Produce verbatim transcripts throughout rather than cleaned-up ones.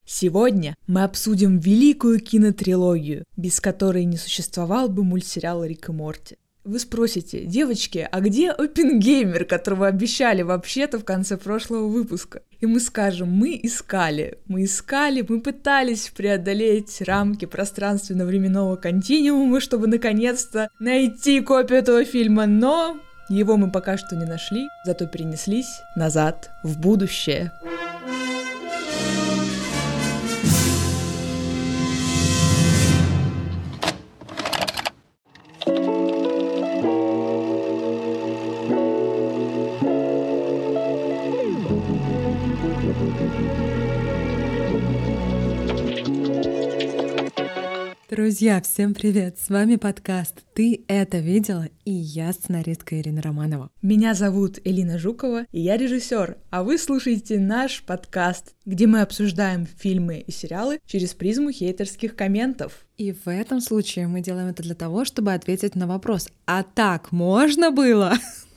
Сегодня мы обсудим великую кинотрилогию, без которой не существовал бы мультсериал «Рик и Морти». Вы спросите: девочки, а где Оппенгеймер, которого обещали вообще-то в конце прошлого выпуска? И мы скажем: мы искали, мы искали, мы пытались преодолеть рамки пространственно-временного континуума, чтобы наконец-то найти копию этого фильма, но его мы пока что не нашли, зато перенеслись назад в будущее. Друзья, всем привет! С вами подкаст «Ты это видела?» и я сценаристка Ирина Романова. Меня зовут Элина Жукова, и я режиссер, а вы слушаете наш подкаст, где мы обсуждаем фильмы и сериалы через призму хейтерских комментов. И в этом случае мы делаем это для того, чтобы ответить на вопрос: а так можно было?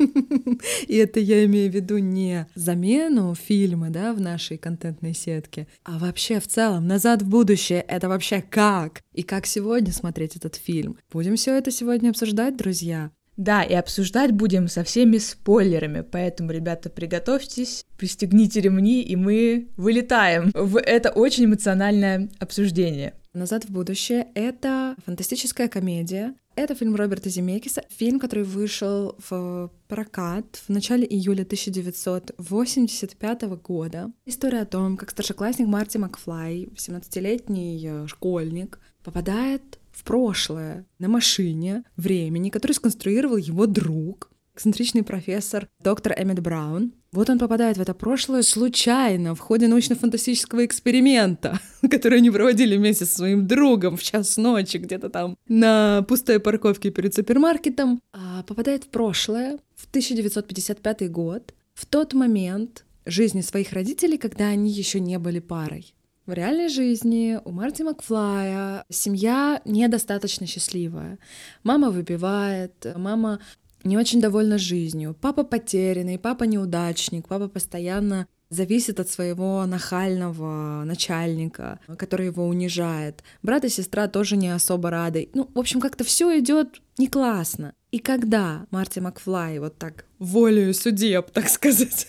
И это я имею в виду не замену фильма, да, в нашей контентной сетке, а вообще в целом «Назад в будущее» — это вообще как? И как сегодня смотреть этот фильм? Будем все это сегодня обсуждать, друзья. Да, и обсуждать будем со всеми спойлерами, поэтому, ребята, приготовьтесь, пристегните ремни, и мы вылетаем в это очень эмоциональное обсуждение. «Назад в будущее» — это фантастическая комедия. Это фильм Роберта Земекиса, фильм, который вышел в прокат в начале июля тысяча девятьсот восемьдесят пятого года. История о том, как старшеклассник Марти Макфлай, семнадцатилетний школьник, попадает в прошлое на машине времени, который сконструировал его друг, эксцентричный профессор доктор Эммет Браун. Вот он попадает в это прошлое случайно в ходе научно-фантастического эксперимента, который они проводили вместе со своим другом в час ночи где-то там на пустой парковке перед супермаркетом. А попадает в прошлое, в тысяча девятьсот пятьдесят пятый год, в тот момент жизни своих родителей, когда они еще не были парой. В реальной жизни у Марти Макфлая семья недостаточно счастливая. Мама выпивает, мама не очень довольна жизнью, папа потерянный, папа неудачник, папа постоянно зависит от своего нахального начальника, который его унижает. Брат и сестра тоже не особо рады. Ну, в общем, как-то все идет не классно. И когда Марти Макфлай вот так волею судеб, так сказать,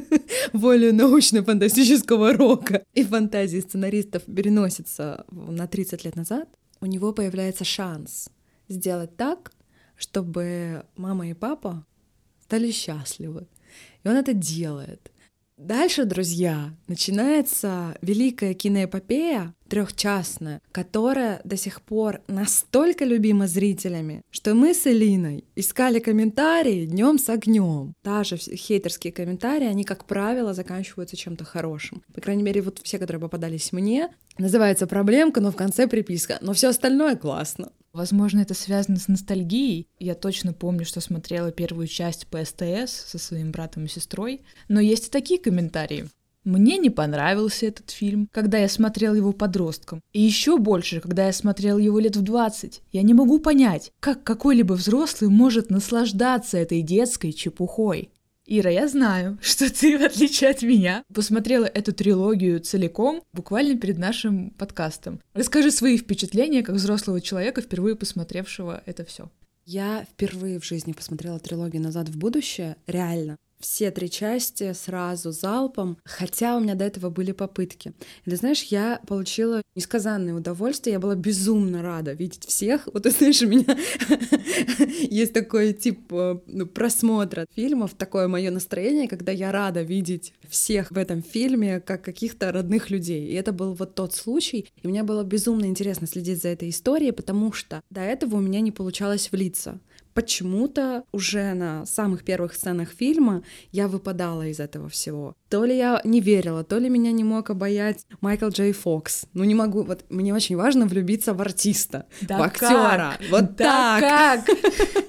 волею научно-фантастического рока и фантазии сценаристов переносится на тридцать лет назад, у него появляется шанс сделать так, чтобы мама и папа стали счастливы. И он это делает. Дальше, друзья, начинается великая киноэпопея трехчастная, которая до сих пор настолько любима зрителями, что мы с Элиной искали комментарии днем с огнем. Даже хейтерские комментарии, они, как правило, заканчиваются чем-то хорошим. По крайней мере, вот все, которые попадались мне, называется проблемка, но в конце приписка. Но все остальное классно. Возможно, это связано с ностальгией. Я точно помню, что смотрела первую часть по СТС со своим братом и сестрой. Но есть и такие комментарии. Мне не понравился этот фильм, когда я смотрел его подростком. И еще больше, когда я смотрел его лет в двадцать. Я не могу понять, как какой-либо взрослый может наслаждаться этой детской чепухой. Ира, я знаю, что ты, в отличие от меня, посмотрела эту трилогию целиком буквально перед нашим подкастом. Расскажи свои впечатления как взрослого человека, впервые посмотревшего это все. Я впервые в жизни посмотрела трилогию «Назад в будущее», реально. Все три части сразу залпом, хотя у меня до этого были попытки. И ты знаешь, я получила несказанное удовольствие, я была безумно рада видеть всех. Вот ты знаешь, у меня есть такой тип ну, просмотра фильмов, такое мое настроение, когда я рада видеть всех в этом фильме как каких-то родных людей. И это был вот тот случай. И мне было безумно интересно следить за этой историей, потому что до этого у меня не получалось влиться. Почему-то уже на самых первых сценах фильма я выпадала из этого всего. То ли я не верила, то ли меня не мог обаять Майкл Джей Фокс. Ну не могу, вот мне очень важно влюбиться в артиста, да в актера. Вот да так. Как?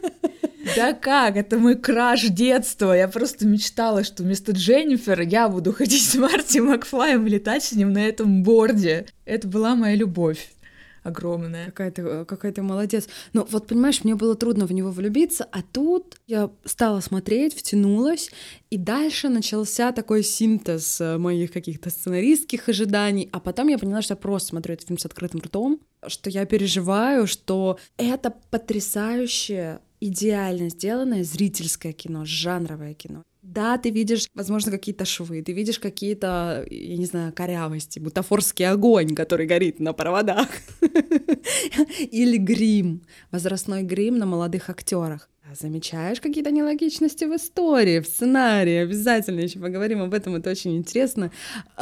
Да как? Это мой краш детства. Я просто мечтала, что вместо Дженнифер я буду ходить с Марти Макфлаем и летать с ним на этом борде. Это была моя любовь. огромная. Какая ты, какая ты молодец. Ну вот, понимаешь, мне было трудно в него влюбиться, а тут я стала смотреть, втянулась, и дальше начался такой синтез моих каких-то сценаристских ожиданий, а потом я поняла, что я просто смотрю этот фильм с открытым ртом, что я переживаю, что это потрясающее, идеально сделанное зрительское кино, жанровое кино. Да, ты видишь, возможно, какие-то швы, ты видишь какие-то, я не знаю, корявости, бутафорский огонь, который горит на проводах, или грим, возрастной грим на молодых актерах. Замечаешь какие-то нелогичности в истории, в сценарии, обязательно еще поговорим об этом, это очень интересно.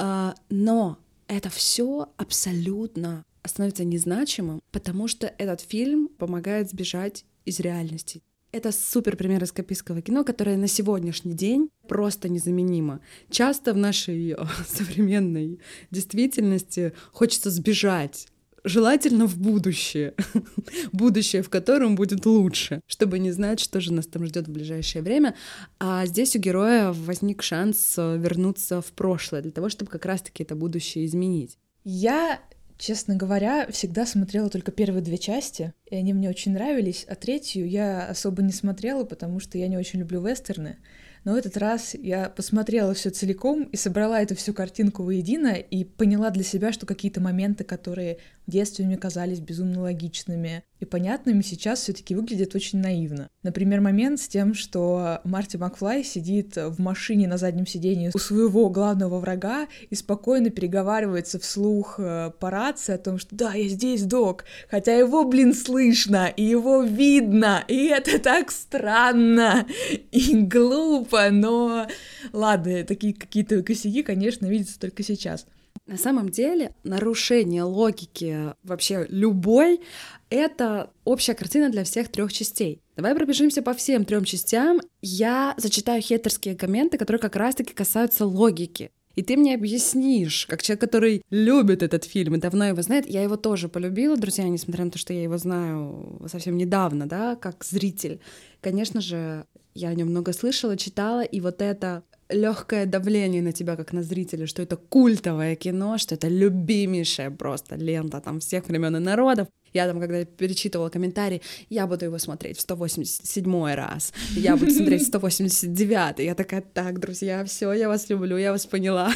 Но это все абсолютно становится незначимым, потому что этот фильм помогает сбежать из реальности. Это супер пример эскапистского кино, которое на сегодняшний день просто незаменимо. Часто в нашей современной действительности хочется сбежать, желательно в будущее, будущее, в котором будет лучше, чтобы не знать, что же нас там ждет в ближайшее время. А здесь у героя возник шанс вернуться в прошлое для того, чтобы как раз-таки это будущее изменить. Я... Честно говоря, всегда смотрела только первые две части, и они мне очень нравились, а третью я особо не смотрела, потому что я не очень люблю вестерны. Но в этот раз я посмотрела все целиком и собрала эту всю картинку воедино и поняла для себя, что какие-то моменты, которые в детстве мне казались безумно логичными и понятными, сейчас все-таки выглядят очень наивно. Например, момент с тем, что Марти Макфлай сидит в машине на заднем сидении у своего главного врага и спокойно переговаривается вслух по рации о том, что да, я здесь, док, хотя его, блин, слышно, и его видно, и это так странно и глупо, но ладно, такие какие-то косяки, конечно, видятся только сейчас. На самом деле нарушение логики вообще любой — это общая картина для всех трех частей. Давай пробежимся по всем трем частям. Я зачитаю хейтерские комменты, которые как раз-таки касаются логики. И ты мне объяснишь, как человек, который любит этот фильм и давно его знает, я его тоже полюбила, друзья, несмотря на то, что я его знаю совсем недавно, да, как зритель. Конечно же, я о нем много слышала, читала, и вот это легкое давление на тебя, как на зрителя, что это культовое кино, что это любимейшая просто лента там всех времен и народов. Я там, когда перечитывала комментарии, я буду его смотреть в сто восемьдесят седьмой раз, я буду смотреть в сто восемьдесят девятый. Я такая, так, друзья, все, я вас люблю, я вас поняла.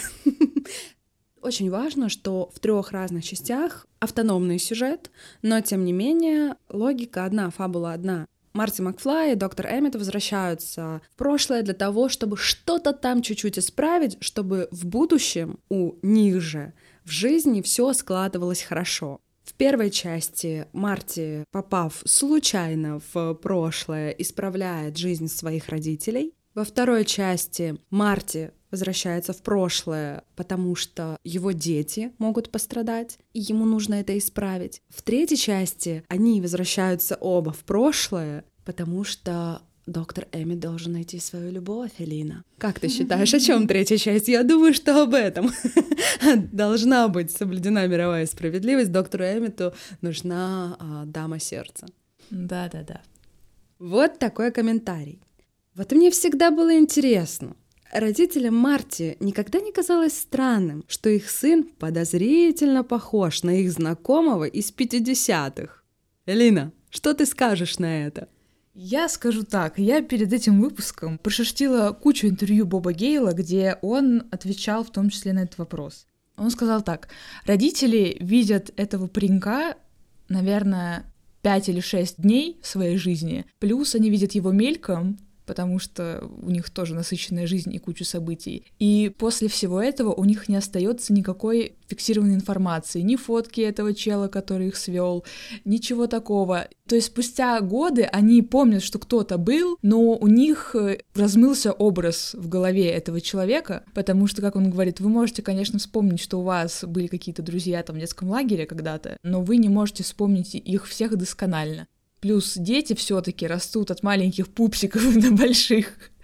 Очень важно, что в трех разных частях автономный сюжет, но тем не менее логика одна, фабула одна. Марти Макфлай и доктор Эммет возвращаются в прошлое для того, чтобы что-то там чуть-чуть исправить, чтобы в будущем у них же в жизни все складывалось хорошо. В первой части Марти, попав случайно в прошлое, исправляет жизнь своих родителей. Во второй части Марти возвращается в прошлое, потому что его дети могут пострадать, и ему нужно это исправить. В третьей части они возвращаются оба в прошлое, потому что доктор Эммет должен найти свою любовь, Элина. Как ты считаешь, о чем третья часть? Я думаю, что об этом. Должна быть соблюдена мировая справедливость. Доктору Эммету нужна а, дама сердца. Да-да-да. Вот такой комментарий. Вот мне всегда было интересно. Родителям Марти никогда не казалось странным, что их сын подозрительно похож на их знакомого из пятидесятых. Элина, что ты скажешь на это? Я скажу так, я перед этим выпуском прошерстила кучу интервью Боба Гейла, где он отвечал в том числе на этот вопрос. Он сказал так: родители видят этого паренька, наверное, пять или шесть дней в своей жизни, плюс они видят его мельком, потому что у них тоже насыщенная жизнь и куча событий. И после всего этого у них не остается никакой фиксированной информации, ни фотки этого чела, который их свел, ничего такого. То есть спустя годы они помнят, что кто-то был, но у них размылся образ в голове этого человека, потому что, как он говорит, вы можете, конечно, вспомнить, что у вас были какие-то друзья там в детском лагере когда-то, но вы не можете вспомнить их всех досконально. Плюс дети все-таки растут от маленьких пупсиков до больших.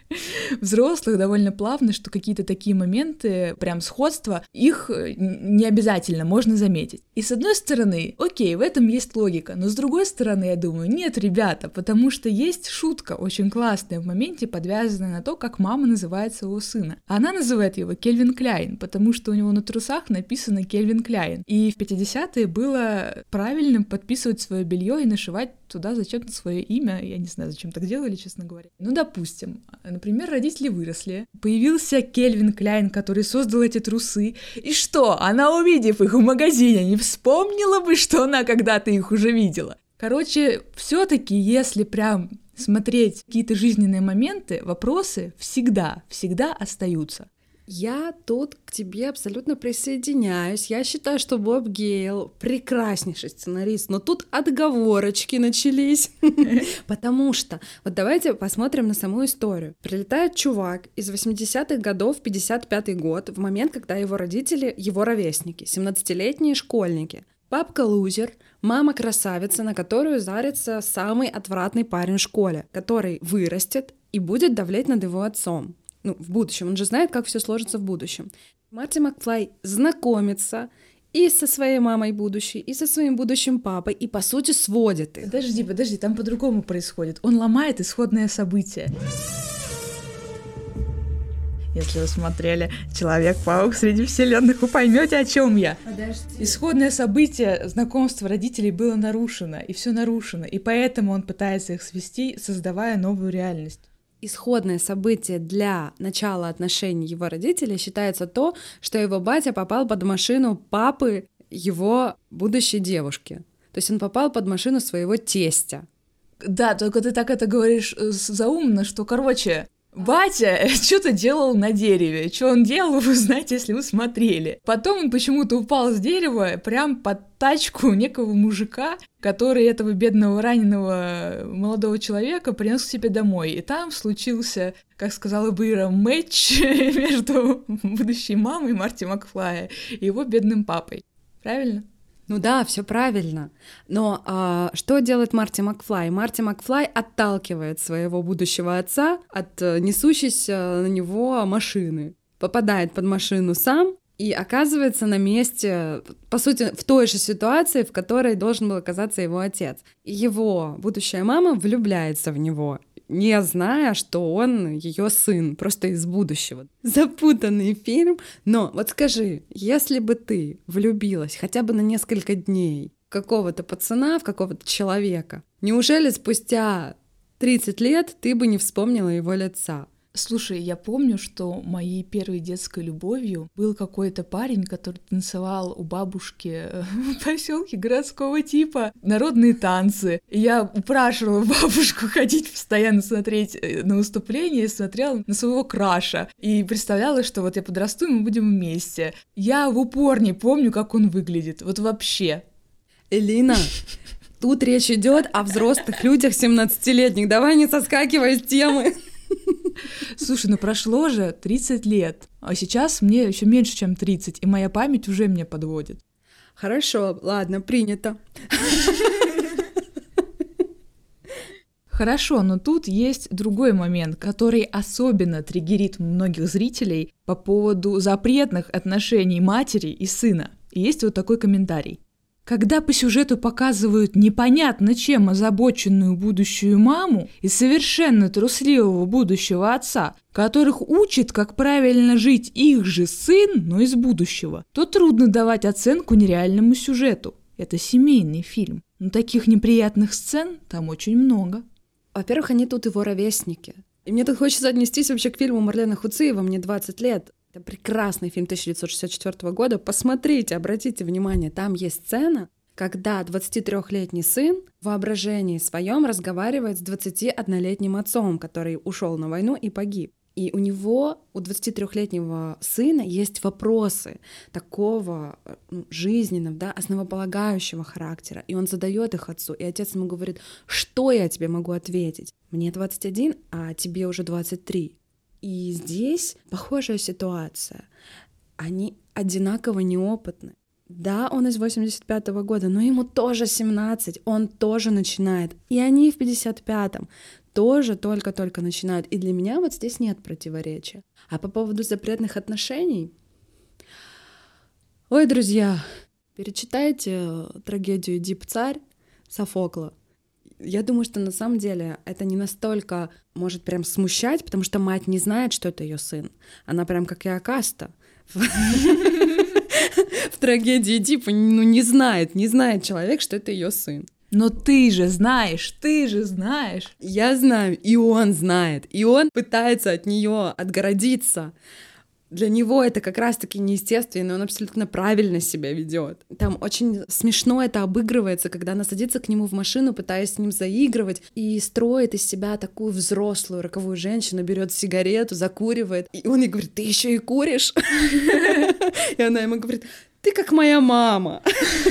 взрослых довольно плавно, что какие-то такие моменты, прям сходства, их не обязательно можно заметить. И с одной стороны, окей, в этом есть логика, но с другой стороны, я думаю, нет, ребята, потому что есть шутка очень классная в моменте, подвязанная на то, как мама называет своего сына. Она называет его Кельвин Кляйн, потому что у него на трусах написано Кельвин Кляйн. И в пятидесятые было правильным подписывать свое белье и нашивать туда зачем-то свое имя. Я не знаю, зачем так делали, честно говоря. Ну, допустим, например, родители выросли, появился Кельвин Кляйн, который создал эти трусы, и что, она, увидев их в магазине, не вспомнила бы, что она когда-то их уже видела? Короче, все-таки, если прям смотреть какие-то жизненные моменты, вопросы всегда, всегда остаются. Я тут к тебе абсолютно присоединяюсь. Я считаю, что Боб Гейл прекраснейший сценарист, но тут отговорочки начались. Потому что, вот давайте посмотрим на саму историю. Прилетает чувак из восьмидесятых годов в пятьдесят пятый год, в момент, когда его родители, его ровесники, семнадцатилетние школьники. Папка лузер, мама красавица, на которую зарится самый отвратный парень в школе, который вырастет и будет давлеть над его отцом. Ну, в будущем. Он же знает, как все сложится в будущем. Марти Макфлай знакомится и со своей мамой будущей, и со своим будущим папой, и, по сути, сводит их. Подожди, подожди, там по-другому происходит. Он ломает исходное событие. Если вы смотрели «Человек-паук среди вселенных», вы поймете, о чем я. Подожди. Исходное событие знакомства родителей было нарушено, и все нарушено, и поэтому он пытается их свести, создавая новую реальность. Исходное событие для начала отношений его родителей считается то, что его батя попал под машину папы его будущей девушки. То есть он попал под машину своего тестя. Да, только ты так это говоришь заумно, что, короче, батя что-то делал на дереве. Что он делал, вы знаете, если вы смотрели. Потом он почему-то упал с дерева прям под тачку некого мужика, который этого бедного раненого молодого человека принес к себе домой. И там случился, как сказала бы Ира, матч между будущей мамой Марти Макфлая и его бедным папой. Правильно? Ну да, все правильно. Но а, что делает Марти Макфлай? Марти Макфлай отталкивает своего будущего отца от несущейся на него машины, попадает под машину сам и оказывается на месте, по сути, в той же ситуации, в которой должен был оказаться его отец. И его будущая мама влюбляется в него, не зная, что он ее сын, просто из будущего. Запутанный фильм, но вот скажи, если бы ты влюбилась хотя бы на несколько дней в какого-то пацана, в какого-то человека, неужели спустя тридцать лет ты бы не вспомнила его лица? Слушай, я помню, что моей первой детской любовью был какой-то парень, который танцевал у бабушки в поселке городского типа народные танцы. И я упрашивала бабушку ходить постоянно смотреть на выступления и смотрела на своего краша. И представляла, что вот я подрасту, и мы будем вместе. Я в упор не помню, как он выглядит. Вот вообще. Элина, тут речь идет о взрослых людях семнадцатилетних. Давай не соскакивай с темы. Слушай, ну прошло же тридцать лет, а сейчас мне еще меньше, чем тридцать, и моя память уже меня подводит. Хорошо, ладно, принято. Хорошо, но тут есть другой момент, который особенно триггерит многих зрителей по поводу запретных отношений матери и сына. И есть вот такой комментарий. Когда по сюжету показывают непонятно чем озабоченную будущую маму и совершенно трусливого будущего отца, которых учит, как правильно жить их же сын, но из будущего, то трудно давать оценку нереальному сюжету. Это семейный фильм, но таких неприятных сцен там очень много. Во-первых, они тут его ровесники. И мне тут хочется отнестись вообще к фильму Марлена Хуциева «Мне двадцать лет». Это прекрасный фильм тысяча девятьсот шестьдесят четвёртого года. Посмотрите, обратите внимание, там есть сцена, когда двадцатитрёхлетний сын в воображении своем разговаривает с двадцатиоднолетним отцом, который ушел на войну и погиб. И у него, у двадцатитрёхлетнего сына есть вопросы такого ну, жизненного, да, основополагающего характера. И он задает их отцу, и отец ему говорит: что я тебе могу ответить? Мне двадцать один, а тебе уже двадцать три. И здесь похожая ситуация. Они одинаково неопытны. Да, он из восемьдесят пятого года, но ему тоже семнадцать, он тоже начинает. И они в пятьдесят пятом тоже только-только начинают. И для меня вот здесь нет противоречия. А по поводу запретных отношений... Ой, друзья, перечитайте трагедию «Эдип царь» Софокла. Я думаю, что на самом деле это не настолько может прям смущать, потому что мать не знает, что это ее сын. Она прям как Иокаста. В трагедии Эдипа ну, не знает, не знает человек, что это ее сын. Но ты же знаешь, ты же знаешь. Я знаю, и он знает, и он пытается от нее отгородиться. Для него это как раз-таки неестественно, он абсолютно правильно себя ведет. Там очень смешно это обыгрывается, когда она садится к нему в машину, пытаясь с ним заигрывать, и строит из себя такую взрослую роковую женщину, берет сигарету, закуривает, и он ей говорит: ты еще и куришь? И она ему говорит: ты как моя мама.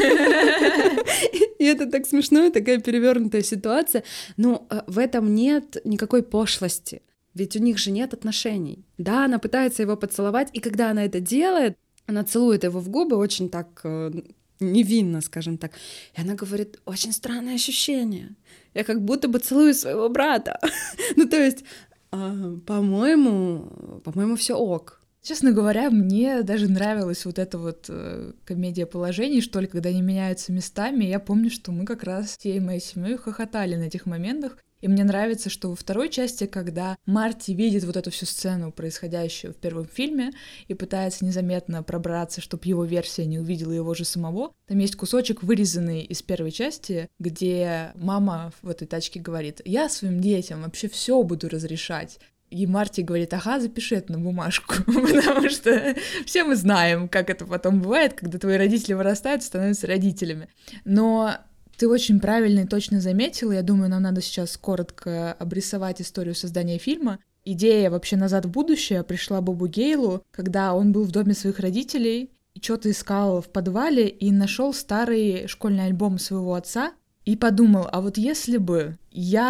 И это так смешно, такая перевернутая ситуация, но в этом нет никакой пошлости. Ведь у них же нет отношений. Да, она пытается его поцеловать, и когда она это делает, она целует его в губы очень так э, невинно, скажем так. И она говорит: очень странное ощущение. Я как будто бы целую своего брата. Ну, то есть, э, по-моему, по-моему, все ок. Честно говоря, мне даже нравилась вот эта вот э, комедия положений, что ли, когда они меняются местами. Я помню, что мы как раз всей моей семьей хохотали на этих моментах. И мне нравится, что во второй части, когда Марти видит вот эту всю сцену, происходящую в первом фильме, и пытается незаметно пробраться, чтобы его версия не увидела его же самого, там есть кусочек, вырезанный из первой части, где мама в этой тачке говорит: я своим детям вообще все буду разрешать. И Марти говорит: ага, запиши это на бумажку, потому что все мы знаем, как это потом бывает, когда твои родители вырастают, становятся родителями. Но ты очень правильно и точно заметила. Я думаю, нам надо сейчас коротко обрисовать историю создания фильма. Идея вообще «Назад в будущее» пришла Бобу Гейлу, когда он был в доме своих родителей и что-то искал в подвале и нашел старый школьный альбом своего отца и подумал: а вот если бы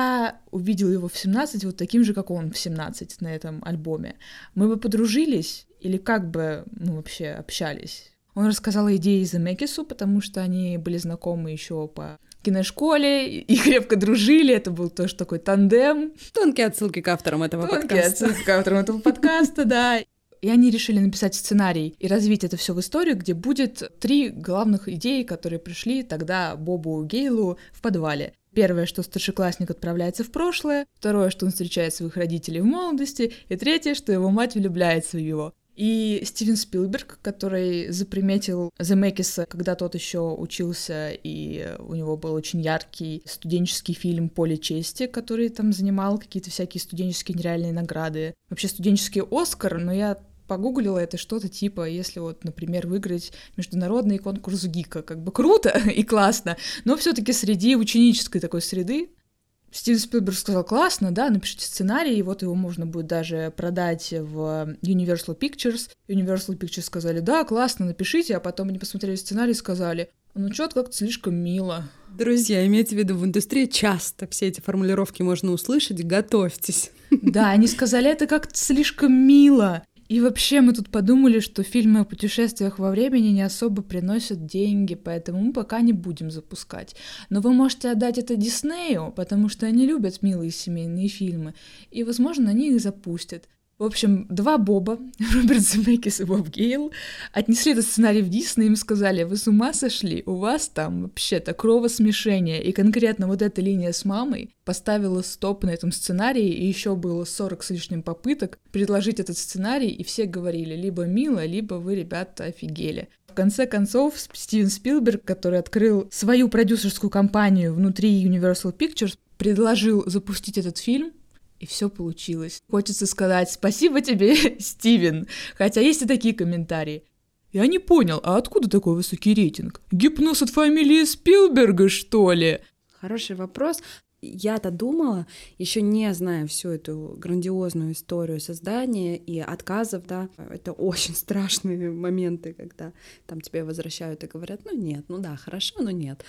я увидел его в семнадцать вот таким же, как он в семнадцать на этом альбоме, мы бы подружились или как бы мы вообще общались? Он рассказал идеи Земекису, потому что они были знакомы еще по киношколе и крепко дружили. Это был тоже такой тандем. Тонкие отсылки к авторам этого Тонкие подкаста. отсылки к авторам этого подкаста, да. И они решили написать сценарий и развить это все в историю, где будет три главных идеи, которые пришли тогда Бобу Гейлу в подвале. Первое, что старшеклассник отправляется в прошлое. Второе, что он встречает своих родителей в молодости. И третье, что его мать влюбляется в него. И Стивен Спилберг, который заприметил Земекиса, когда тот еще учился, и у него был очень яркий студенческий фильм «Поле чести», который там занимал какие-то всякие студенческие нереальные награды. Вообще студенческий Оскар, но я погуглила, это что-то типа, если вот, например, выиграть международный конкурс ГИКа, как бы круто и классно, но все-таки среди ученической такой среды. Стивен Спилберг сказал: классно, да, напишите сценарий, и вот его можно будет даже продать в Universal Pictures. Universal Pictures сказали: да, классно, напишите, а потом они посмотрели сценарий и сказали: ну что-то как-то слишком мило. Друзья, имейте в виду, в индустрии часто все эти формулировки можно услышать, готовьтесь. Да, они сказали: это как-то слишком мило. И вообще мы тут подумали, что фильмы о путешествиях во времени не особо приносят деньги, поэтому мы пока не будем запускать. Но вы можете отдать это Диснею, потому что они любят милые семейные фильмы, и, возможно, они их запустят. В общем, два Боба, Роберт Земекис и Боб Гейл, отнесли этот сценарий в Дисней, им сказали: вы с ума сошли, у вас там вообще-то кровосмешение, и конкретно вот эта линия с мамой поставила стоп на этом сценарии, и еще было сорок с лишним попыток предложить этот сценарий, и все говорили: либо мило, либо вы, ребята, офигели. В конце концов, Стивен Спилберг, который открыл свою продюсерскую компанию внутри Universal Pictures, предложил запустить этот фильм, и все получилось. Хочется сказать спасибо тебе, Стивен. Хотя есть и такие комментарии. Я не понял, а откуда такой высокий рейтинг? Гипноз от фамилии Спилберга, что ли? Хороший вопрос. Я-то думала, еще не зная всю эту грандиозную историю создания и отказов, да, это очень страшные моменты, когда там тебе возвращают и говорят: ну нет, ну да, хорошо, но нет.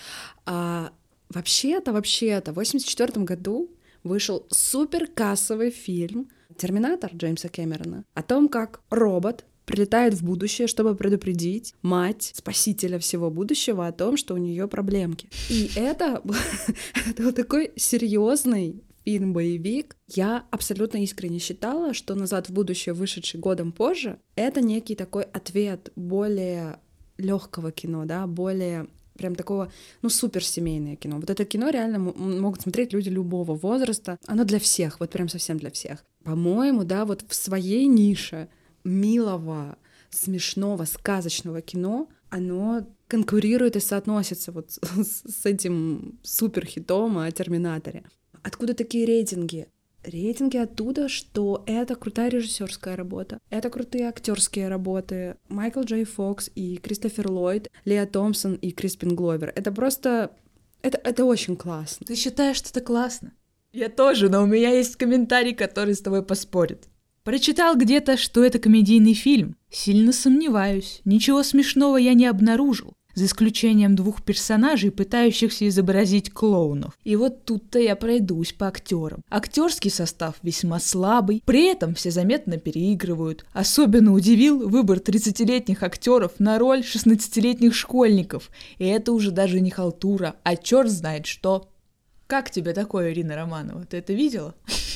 А вообще-то, вообще-то, в восемьдесят четвёртом году вышел суперкассовый фильм «Терминатор» Джеймса Кэмерона о том, как робот прилетает в будущее, чтобы предупредить мать спасителя всего будущего о том, что у нее проблемки. И это, это был такой серьезный фильм-боевик. Я абсолютно искренне считала, что «Назад в будущее», вышедший годом позже, это некий такой ответ более легкого кино, да, более прям такого, ну, суперсемейное кино. Вот это кино реально м- могут смотреть люди любого возраста. Оно для всех, вот прям совсем для всех. По-моему, да, вот в своей нише милого, смешного, сказочного кино оно конкурирует и соотносится вот с, с этим суперхитом о «Терминаторе». Откуда такие рейтинги? Рейтинги оттуда, что это крутая режиссерская работа, это крутые актерские работы. Майкл Джей Фокс и Кристофер Ллойд, Леа Томпсон и Криспин Гловер. Это просто... Это, это очень классно. Ты считаешь, что это классно? Я тоже, но у меня есть комментарий, который с тобой поспорит. Прочитал где-то, что это комедийный фильм. Сильно сомневаюсь. Ничего смешного я не обнаружил. За исключением двух персонажей, пытающихся изобразить клоунов. И вот тут-то я пройдусь по актерам. Актерский состав весьма слабый, при этом все заметно переигрывают. Особенно удивил выбор тридцатилетних актеров на роль шестнадцатилетних школьников. И это уже даже не халтура, а черт знает что. Как тебе такое, Ирина Романова? Ты это видела?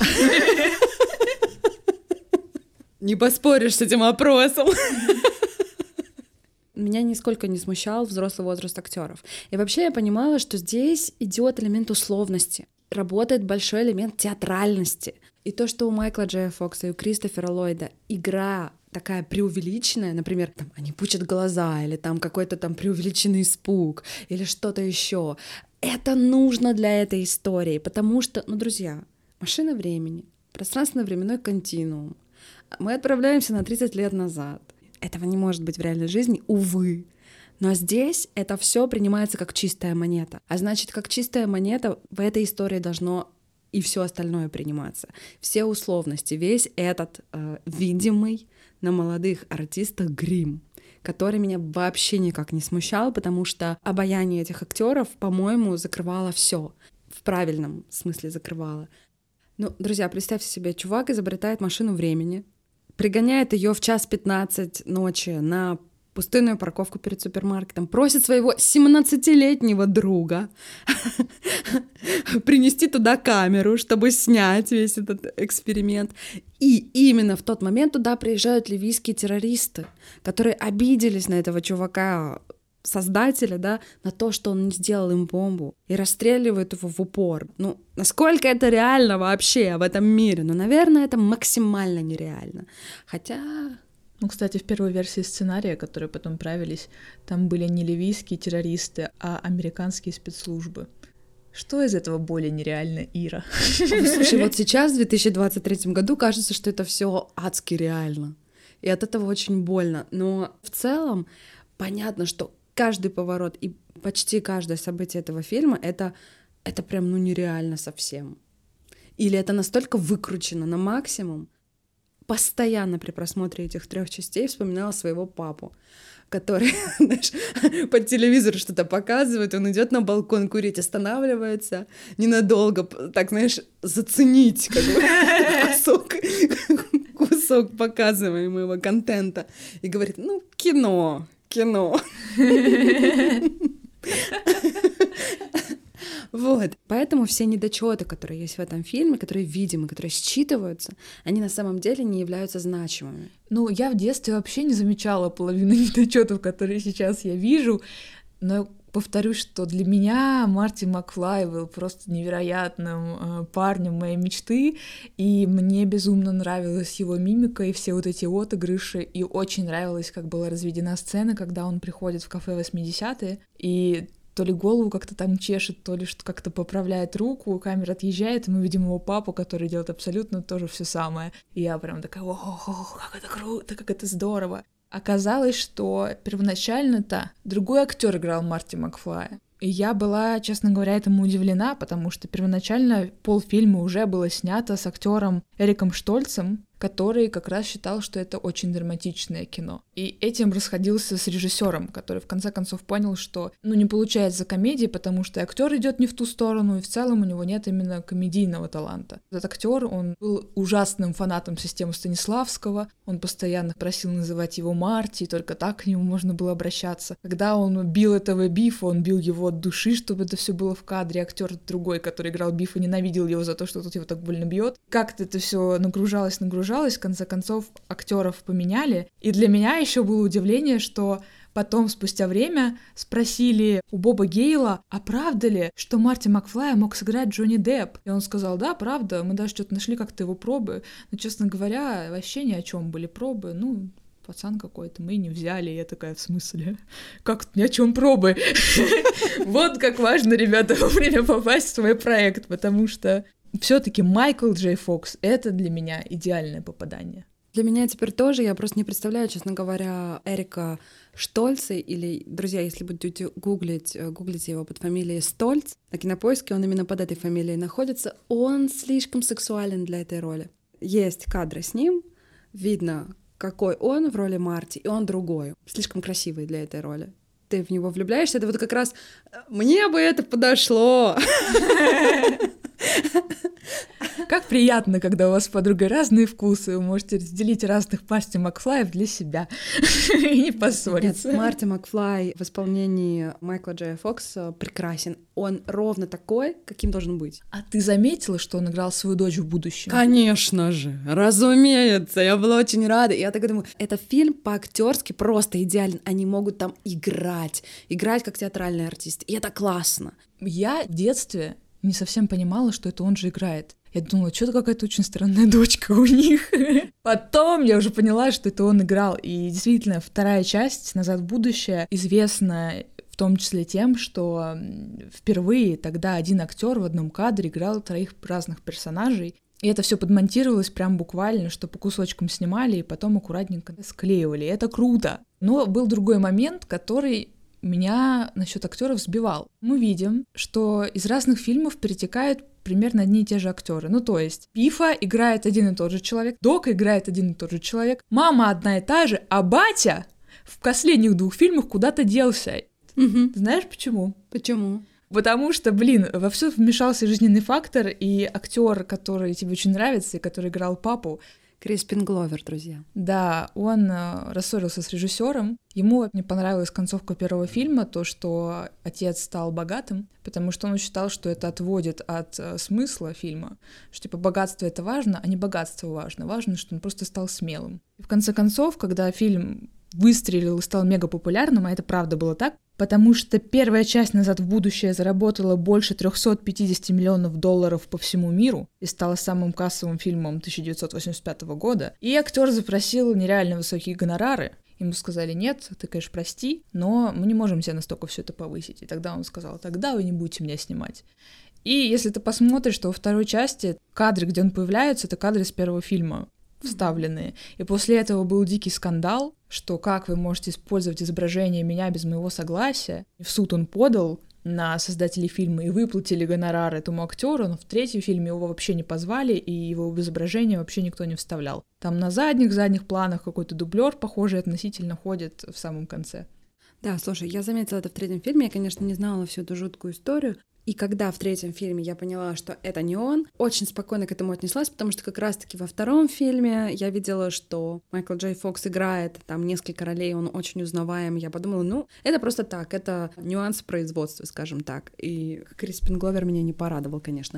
Не поспоришь с этим опросом. Меня нисколько не смущал взрослый возраст актеров. И вообще я понимала, что здесь идет элемент условности. Работает большой элемент театральности. И то, что у Майкла Джея Фокса и у Кристофера Ллойда игра такая преувеличенная, например, там они пучат глаза, или там какой-то там преувеличенный испуг, или что-то еще. Это нужно для этой истории, потому что, ну, друзья, машина времени, пространственно-временной континуум. Мы отправляемся на тридцать лет назад. Этого не может быть в реальной жизни, увы. Но здесь это все принимается как чистая монета. А значит, как чистая монета в этой истории должно и все остальное приниматься. Все условности, весь этот э, видимый на молодых артистах грим, который меня вообще никак не смущал, потому что обаяние этих актеров, по-моему, закрывало все. В правильном смысле закрывало. Ну, друзья, представьте себе, чувак изобретает машину времени, пригоняет ее в час пятнадцать ночи на пустынную парковку перед супермаркетом, просит своего семнадцатилетнего друга принести туда камеру, чтобы снять весь этот эксперимент. И именно в тот момент туда приезжают ливийские террористы, которые обиделись на этого чувака, создателя, да, на то, что он не сделал им бомбу, и расстреливают его в упор. Ну, насколько это реально вообще в этом мире? Ну, наверное, это максимально нереально. Хотя... Ну, кстати, в первой версии сценария, которые потом правились, там были не ливийские террористы, а американские спецслужбы. Что из этого более нереально, Ира? Слушай, вот сейчас, в две тысячи двадцать третьем году, кажется, что это все адски реально. И от этого очень больно. Но в целом понятно, что каждый поворот и почти каждое событие этого фильма — это, это прям ну нереально совсем. Или это настолько выкручено на максимум. Постоянно при просмотре этих трех частей вспоминала своего папу, который, знаешь, по телевизору что-то показывает, он идет на балкон курить, останавливается ненадолго, так, знаешь, заценить как бы кусок, кусок показываемого контента и говорит: ну, кино, кино. Вот. Поэтому все недочеты, которые есть в этом фильме, которые видимы, которые считываются, они на самом деле не являются значимыми. Ну, я в детстве вообще не замечала половину недочетов, которые сейчас я вижу, но повторюсь, что для меня Марти Макфлай был просто невероятным э, парнем моей мечты, и мне безумно нравилась его мимика и все вот эти отыгрыши, и очень нравилось, как была разведена сцена, когда он приходит в кафе восьмидесятые, и то ли голову как-то там чешет, то ли что как-то поправляет руку, камера отъезжает, и мы видим его папу, который делает абсолютно тоже все самое. И я прям такая: о, как это круто, как это здорово. Оказалось, что первоначально-то другой актер играл Марти Макфлая. И я была, честно говоря, этому удивлена, потому что первоначально полфильма уже было снято с актером Эриком Штольцем, который как раз считал, что это очень драматичное кино. И этим расходился с режиссером, который в конце концов понял, что ну, не получается комедии, потому что актер идет не в ту сторону, и в целом у него нет именно комедийного таланта. Этот актер, он был ужасным фанатом системы Станиславского, он постоянно просил называть его Марти, и только так к нему можно было обращаться. Когда он бил этого Бифа, он бил его от души, чтобы это все было в кадре. Актер другой, который играл Бифа, ненавидел его за то, что тот его так больно бьет. Как-то это все нагружалось, нагружалось, в конце концов актеров поменяли. И для меня еще было удивление, что потом, спустя время, спросили у Боба Гейла, а правда ли, что Марти Макфлая мог сыграть Джонни Депп? И он сказал, да, правда, мы даже что-то нашли как-то его пробы, но, честно говоря, вообще ни о чем были пробы, ну, пацан какой-то, мы и не взяли, и я такая, в смысле? Как ни о чем пробы? Вот как важно, ребята, вовремя попасть в свой проект, потому что все-таки Майкл Джей Фокс — это для меня идеальное попадание. Для меня теперь тоже, я просто не представляю, честно говоря, Эрика Штольца, или, друзья, если будете гуглить, гуглите его под фамилией Стольц, на Кинопоиске он именно под этой фамилией находится, он слишком сексуален для этой роли. Есть кадры с ним, видно, какой он в роли Марти, и он другой, слишком красивый для этой роли. Ты в него влюбляешься, это вот как раз «мне бы это подошло». Как приятно, когда у вас с подругой разные вкусы, вы можете разделить разных Марти Макфлаев для себя и не поссориться. Нет, Марти Макфлай в исполнении Майкла Джея Фокса прекрасен. Он ровно такой, каким должен быть. А ты заметила, что он играл свою дочь в будущем? Конечно же, разумеется, я была очень рада. Я так думаю, это фильм по-актерски просто идеален. Они могут там играть, играть как театральные артисты, и это классно. Я в детстве не совсем понимала, что это он же играет. Я думала, что-то какая-то очень странная дочка у них. Потом я уже поняла, что это он играл. И действительно, вторая часть «Назад в будущее» известна в том числе тем, что впервые тогда один актер в одном кадре играл троих разных персонажей. И это все подмонтировалось прям буквально, что по кусочкам снимали и потом аккуратненько склеивали. И это круто. Но был другой момент, который меня насчет актеров сбивал. Мы видим, что из разных фильмов перетекают примерно одни и те же актеры. Ну, то есть, Бифа играет один и тот же человек, Дока играет один и тот же человек, мама одна и та же, а батя в последних двух фильмах куда-то делся. Угу. Знаешь почему? Почему? Потому что, блин, во все вмешался жизненный фактор, и актер, который тебе очень нравится, и который играл папу, Криспин Гловер, друзья. Да, он э, рассорился с режиссером. Ему не понравилась концовка первого фильма, то, что отец стал богатым, потому что он считал, что это отводит от э, смысла фильма, что типа богатство — это важно, а не богатство важно. Важно, что он просто стал смелым. И в конце концов, когда фильм выстрелил и стал мега популярным, а это правда было так, потому что первая часть «Назад в будущее» заработала больше триста пятьдесят миллионов долларов по всему миру и стала самым кассовым фильмом тысяча девятьсот восемьдесят пятого года. И актер запросил нереально высокие гонорары. Ему сказали: нет, ты, конечно, прости, но мы не можем тебе настолько все это повысить. И тогда он сказал: тогда вы не будете меня снимать. И если ты посмотришь, то во второй части кадры, где он появляется, это кадры с первого фильма вставленные. И после этого был дикий скандал, что как вы можете использовать изображение меня без моего согласия. И в суд он подал на создателей фильма и выплатили гонорар этому актеру, но в третьем фильме его вообще не позвали, и его изображение вообще никто не вставлял. Там на задних-задних планах какой-то дублер, похожий относительно, ходит в самом конце. Да, слушай, я заметила это в третьем фильме, я, конечно, не знала всю эту жуткую историю, и когда в третьем фильме я поняла, что это не он, очень спокойно к этому отнеслась, потому что как раз-таки во втором фильме я видела, что Майкл Джей Фокс играет там несколько ролей, он очень узнаваем. Я подумала, ну, это просто так, это нюанс производства, скажем так. И Криспин Гловер меня не порадовал, конечно.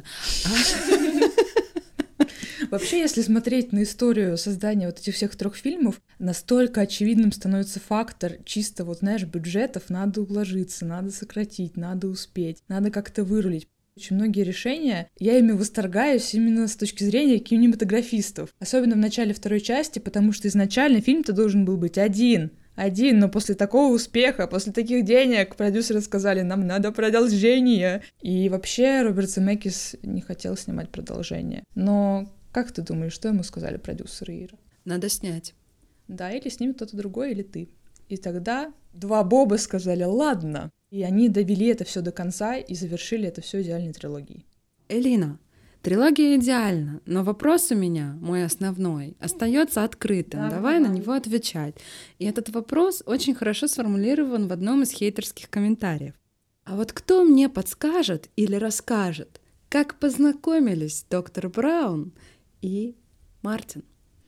Вообще, если смотреть на историю создания вот этих всех трех фильмов, настолько очевидным становится фактор чисто, вот знаешь, бюджетов. Надо уложиться, надо сократить, надо успеть, надо как-то вырулить. Очень многие решения, я ими восторгаюсь именно с точки зрения кинематографистов. Особенно в начале второй части, потому что изначально фильм-то должен был быть один. Один, но после такого успеха, после таких денег продюсеры сказали: нам надо продолжение. И вообще Роберт Земекис не хотел снимать продолжение. Но как ты думаешь, что ему сказали продюсеры, Ира? Надо снять. Да, или снимет кто-то другой, или ты. И тогда два Боба сказали: ладно. И они довели это все до конца и завершили это все идеальной трилогией. Элина, Трилогия идеальна, но вопрос у меня, мой основной, остается открытым. Да, Давай да. на него отвечать. И этот вопрос очень хорошо сформулирован в одном из хейтерских комментариев. А вот кто мне подскажет или расскажет, как познакомились доктор Браун и Мартин?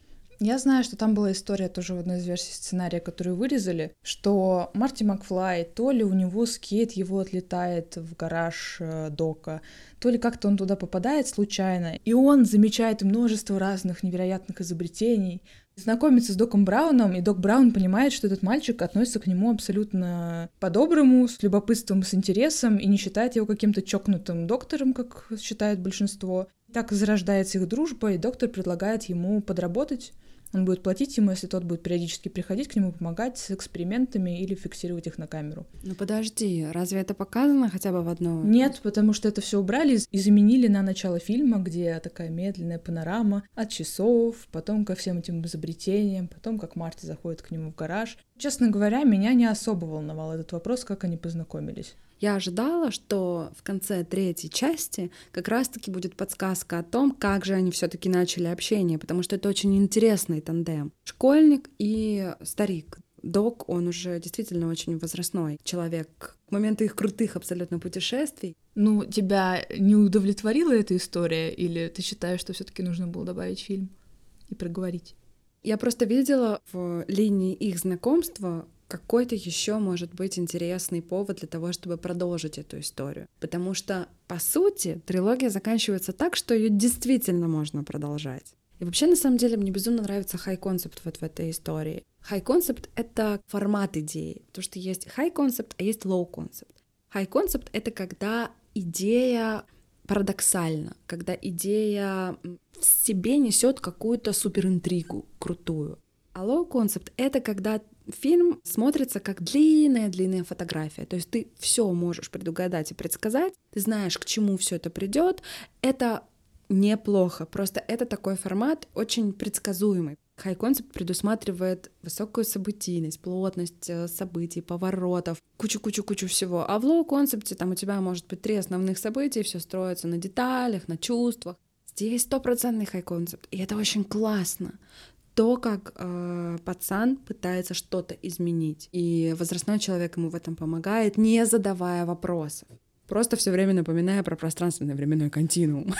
Я знаю, что там была история тоже в одной из версий сценария, которую вырезали, что Марти Макфлай, то ли у него скейт его отлетает в гараж э, Дока, то ли как-то он туда попадает случайно, и он замечает множество разных невероятных изобретений, знакомится с Доком Брауном, и Док Браун понимает, что этот мальчик относится к нему абсолютно по-доброму, с любопытством, с интересом, и не считает его каким-то чокнутым доктором, как считает большинство. Так зарождается их дружба, и доктор предлагает ему подработать. Он будет платить ему, если тот будет периодически приходить к нему, помогать с экспериментами или фиксировать их на камеру. Ну подожди, разве это показано хотя бы в одном? Нет, потому что это все убрали и заменили на начало фильма, где такая медленная панорама от часов, потом ко всем этим изобретениям, потом как Марти заходит к нему в гараж. Честно говоря, меня не особо волновал этот вопрос, как они познакомились. Я ожидала, что в конце третьей части как раз-таки будет подсказка о том, как же они все-таки начали общение, потому что это очень интересный тандем. Школьник и старик. Док, он уже действительно очень возрастной человек. К моменту их крутых абсолютно путешествий. Ну, тебя не удовлетворила эта история, или ты считаешь, что все-таки нужно было добавить фильм и проговорить? Я просто видела в линии их знакомства какой-то еще может быть интересный повод для того, чтобы продолжить эту историю. Потому что, по сути, трилогия заканчивается так, что ее действительно можно продолжать. И вообще, на самом деле, мне безумно нравится хай-концепт вот в этой истории. Хай-концепт — это формат идеи, потому что есть хай-концепт, а есть лоу-концепт. Хай-концепт — это когда идея парадоксальна, когда идея в себе несет какую-то суперинтригу крутую. А лоу-концепт — это когда фильм смотрится как длинная-длинная фотография. То есть ты все можешь предугадать и предсказать, ты знаешь, к чему все это придет. Это неплохо. Просто это такой формат очень предсказуемый. Хай-концепт предусматривает высокую событийность, плотность событий, поворотов, кучу-кучу-кучу всего. А в лоу-концепте там у тебя может быть три основных события, все строится на деталях, на чувствах. Здесь стопроцентный хай-концепт, и это очень классно. То, как э, пацан пытается что-то изменить, и возрастной человек ему в этом помогает, не задавая вопросов, просто все время напоминая про пространственно-временной континуум.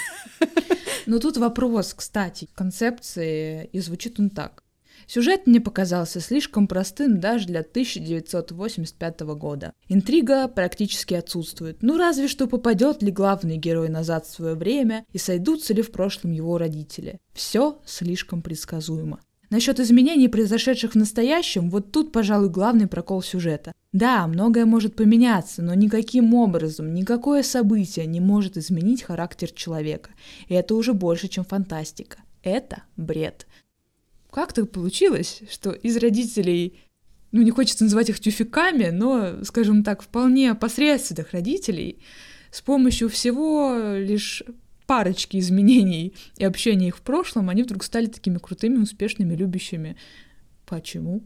Но тут вопрос, кстати, концепции, и звучит он так. Сюжет мне показался слишком простым даже для тысяча девятьсот восемьдесят пятого года. Интрига практически отсутствует. Ну разве что попадет ли главный герой назад в свое время и сойдутся ли в прошлом его родители. Все слишком предсказуемо. Насчет изменений, произошедших в настоящем, вот тут, пожалуй, главный прокол сюжета. Да, многое может поменяться, но никаким образом, никакое событие не может изменить характер человека. И это уже больше, чем фантастика. Это бред. Как так получилось, что из родителей, ну не хочется называть их тюфяками, но, скажем так, вполне посредственных родителей, с помощью всего лишь парочки изменений и общения их в прошлом, они вдруг стали такими крутыми, успешными, любящими. Почему?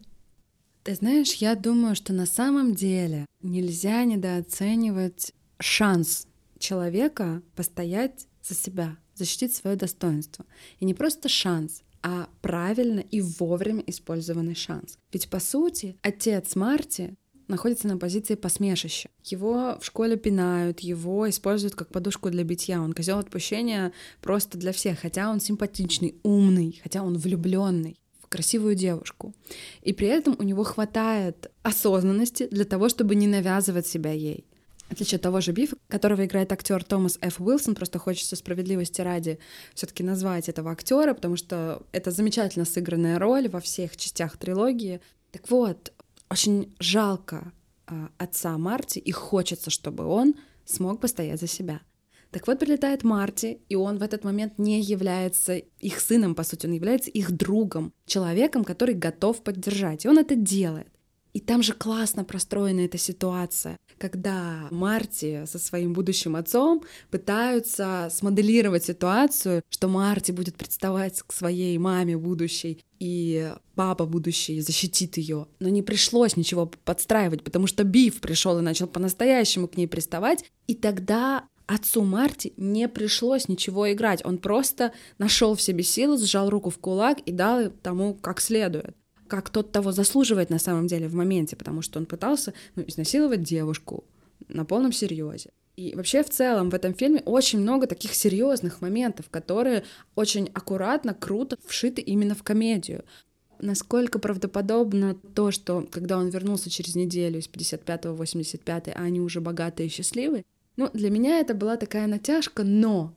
Ты знаешь, я думаю, что на самом деле нельзя недооценивать шанс человека постоять за себя, защитить свое достоинство. И не просто шанс, а правильно и вовремя использованный шанс. Ведь, по сути, отец Марти находится на позиции посмешища. Его в школе пинают, его используют как подушку для битья. Он козел отпущения просто для всех, хотя он симпатичный, умный, хотя он влюбленный в красивую девушку. И при этом у него хватает осознанности для того, чтобы не навязывать себя ей. В отличие от того же Бифа, которого играет актер Томас Ф. Уилсон, просто хочется справедливости ради все-таки назвать этого актера, потому что это замечательно сыгранная роль во всех частях трилогии. Так вот, очень жалко э, отца Марти, и хочется, чтобы он смог постоять за себя. Так вот, прилетает Марти, и он в этот момент не является их сыном, по сути, он является их другом, человеком, который готов поддержать, и он это делает. И там же классно простроена эта ситуация, когда Марти со своим будущим отцом пытаются смоделировать ситуацию, что Марти будет представать к своей маме будущей, и папа будущий защитит ее. Но не пришлось ничего подстраивать, потому что Биф пришел и начал по-настоящему к ней приставать, и тогда отцу Марти не пришлось ничего играть, он просто нашел в себе силы, сжал руку в кулак и дал тому как следует, как тот того заслуживает на самом деле в моменте, потому что он пытался, ну, изнасиловать девушку на полном серьезе. И вообще в целом в этом фильме очень много таких серьезных моментов, которые очень аккуратно, круто вшиты именно в комедию. Насколько правдоподобно то, что когда он вернулся через неделю из пятьдесят пятого в восемьдесят пятый, а они уже богатые и счастливые, ну, для меня это была такая натяжка, но,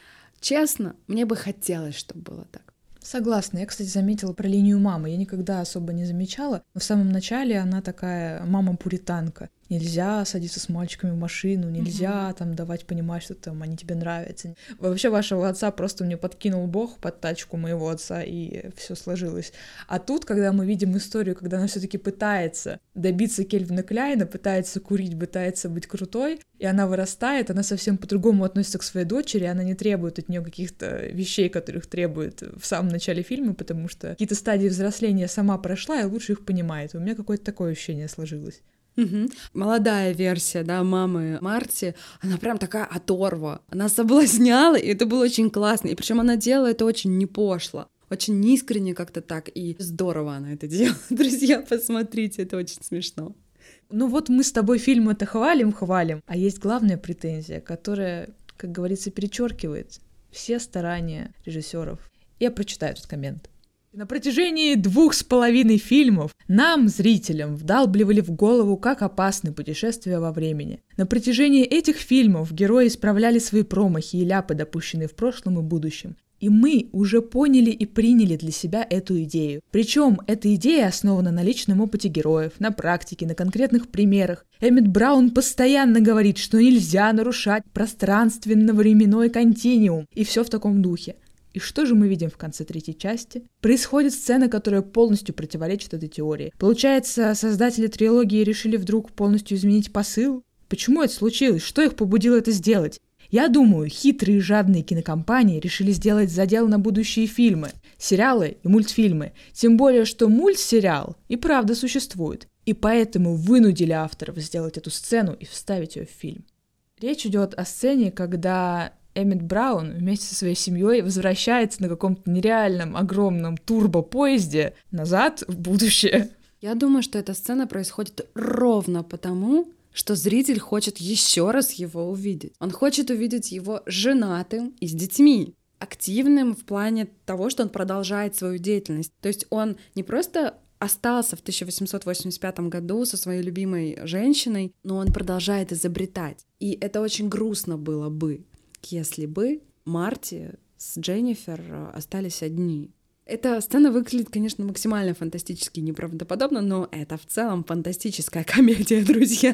честно, мне бы хотелось, чтобы было так. Согласна. Я, кстати, заметила про линию мамы. Я никогда особо не замечала, но в самом начале она такая мама-пуританка. Нельзя садиться с мальчиками в машину, нельзя угу. там давать понимать, что там они тебе нравятся. Вообще вашего отца просто мне подкинул Бог под тачку моего отца, и все сложилось. А тут, когда мы видим историю, когда она все-таки пытается добиться Кельвина Кляйна, пытается курить, пытается быть крутой, и она вырастает, она совсем по-другому относится к своей дочери, она не требует от нее каких-то вещей, которых требует в самом начале фильма, потому что какие-то стадии взросления сама прошла и лучше их понимает. У меня какое-то такое ощущение сложилось. Угу. Молодая версия, да, мамы Марти, она прям такая оторва, она соблазняла, и это было очень классно, и причем она делала это очень не пошло, очень искренне как-то так, и здорово она это делала. Друзья, посмотрите, это очень смешно. Ну вот мы с тобой фильм это хвалим, хвалим, а есть главная претензия, которая, как говорится, перечеркивает все старания режиссеров. Я прочитаю этот коммент. На протяжении двух с половиной фильмов нам, зрителям, вдалбливали в голову, как опасны путешествия во времени. На протяжении этих фильмов герои исправляли свои промахи и ляпы, допущенные в прошлом и будущем. И мы уже поняли и приняли для себя эту идею. Причем эта идея основана на личном опыте героев, на практике, на конкретных примерах. Эммет Браун постоянно говорит, что нельзя нарушать пространственно-временной континуум, и все в таком духе. И что же мы видим в конце третьей части? Происходит сцена, которая полностью противоречит этой теории. Получается, создатели трилогии решили вдруг полностью изменить посыл? Почему это случилось? Что их побудило это сделать? Я думаю, хитрые и жадные кинокомпании решили сделать задел на будущие фильмы, сериалы и мультфильмы. Тем более, что мультсериал и правда существует. И поэтому вынудили авторов сделать эту сцену и вставить ее в фильм. Речь идет о сцене, когда Эммет Браун вместе со своей семьей возвращается на каком-то нереальном огромном турбопоезде назад в будущее. Я думаю, что эта сцена происходит ровно потому, что зритель хочет еще раз его увидеть. Он хочет увидеть его женатым и с детьми, активным в плане того, что он продолжает свою деятельность. То есть он не просто остался в тысяча восемьсот восемьдесят пятом году со своей любимой женщиной, но он продолжает изобретать. И это очень грустно было бы, если бы Марти с Дженнифер остались одни. Эта сцена выглядит, конечно, максимально фантастически неправдоподобно, но это в целом фантастическая комедия, друзья.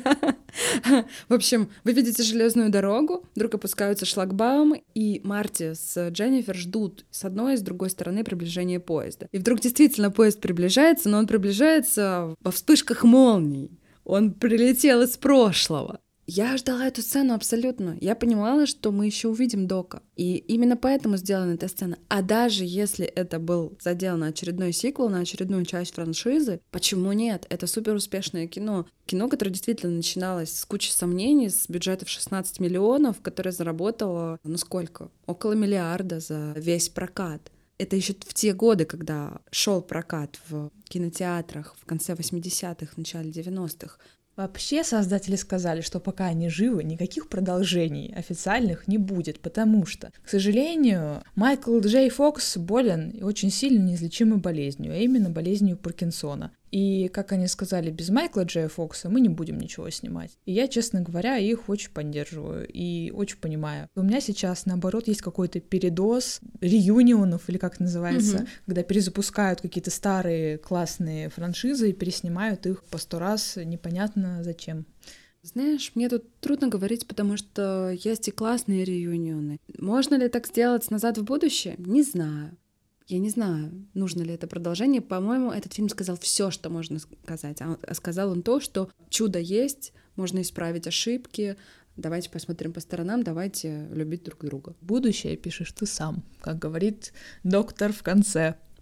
В общем, вы видите железную дорогу, вдруг опускаются шлагбаумы, и Марти с Дженнифер ждут с одной и с другой стороны приближения поезда. И вдруг действительно поезд приближается, но он приближается во вспышках молний. Он прилетел из прошлого. Я ждала эту сцену абсолютно. Я понимала, что мы еще увидим Дока. И именно поэтому сделана эта сцена. А даже если это был задел на очередной сиквел, на очередную часть франшизы, почему нет? Это супер успешное кино. Кино, которое действительно начиналось с кучи сомнений, с бюджета в шестнадцать миллионов, которое заработало, ну сколько? Около миллиарда за весь прокат. Это еще в те годы, когда шел прокат в кинотеатрах в конце восьмидесятых, в начале девяностых. Вообще создатели сказали, что пока они живы, никаких продолжений официальных не будет, потому что, к сожалению, Майкл Джей Фокс болен и очень сильно неизлечимой болезнью, а именно болезнью Паркинсона. И, как они сказали, без Майкла Джея Фокса мы не будем ничего снимать. И я, честно говоря, их очень поддерживаю и очень понимаю. У меня сейчас, наоборот, есть какой-то передоз реюнионов, или как это называется, mm-hmm. когда перезапускают какие-то старые классные франшизы и переснимают их по сто раз, непонятно зачем. Знаешь, мне тут трудно говорить, потому что есть и классные реюнионы. Можно ли так сделать «Назад в будущее»? Не знаю. Я не знаю, нужно ли это продолжение. По-моему, этот фильм сказал все, что можно сказать. А сказал он то, что чудо есть, можно исправить ошибки, давайте посмотрим по сторонам, давайте любить друг друга. Будущее пишешь ты сам, как говорит доктор в конце.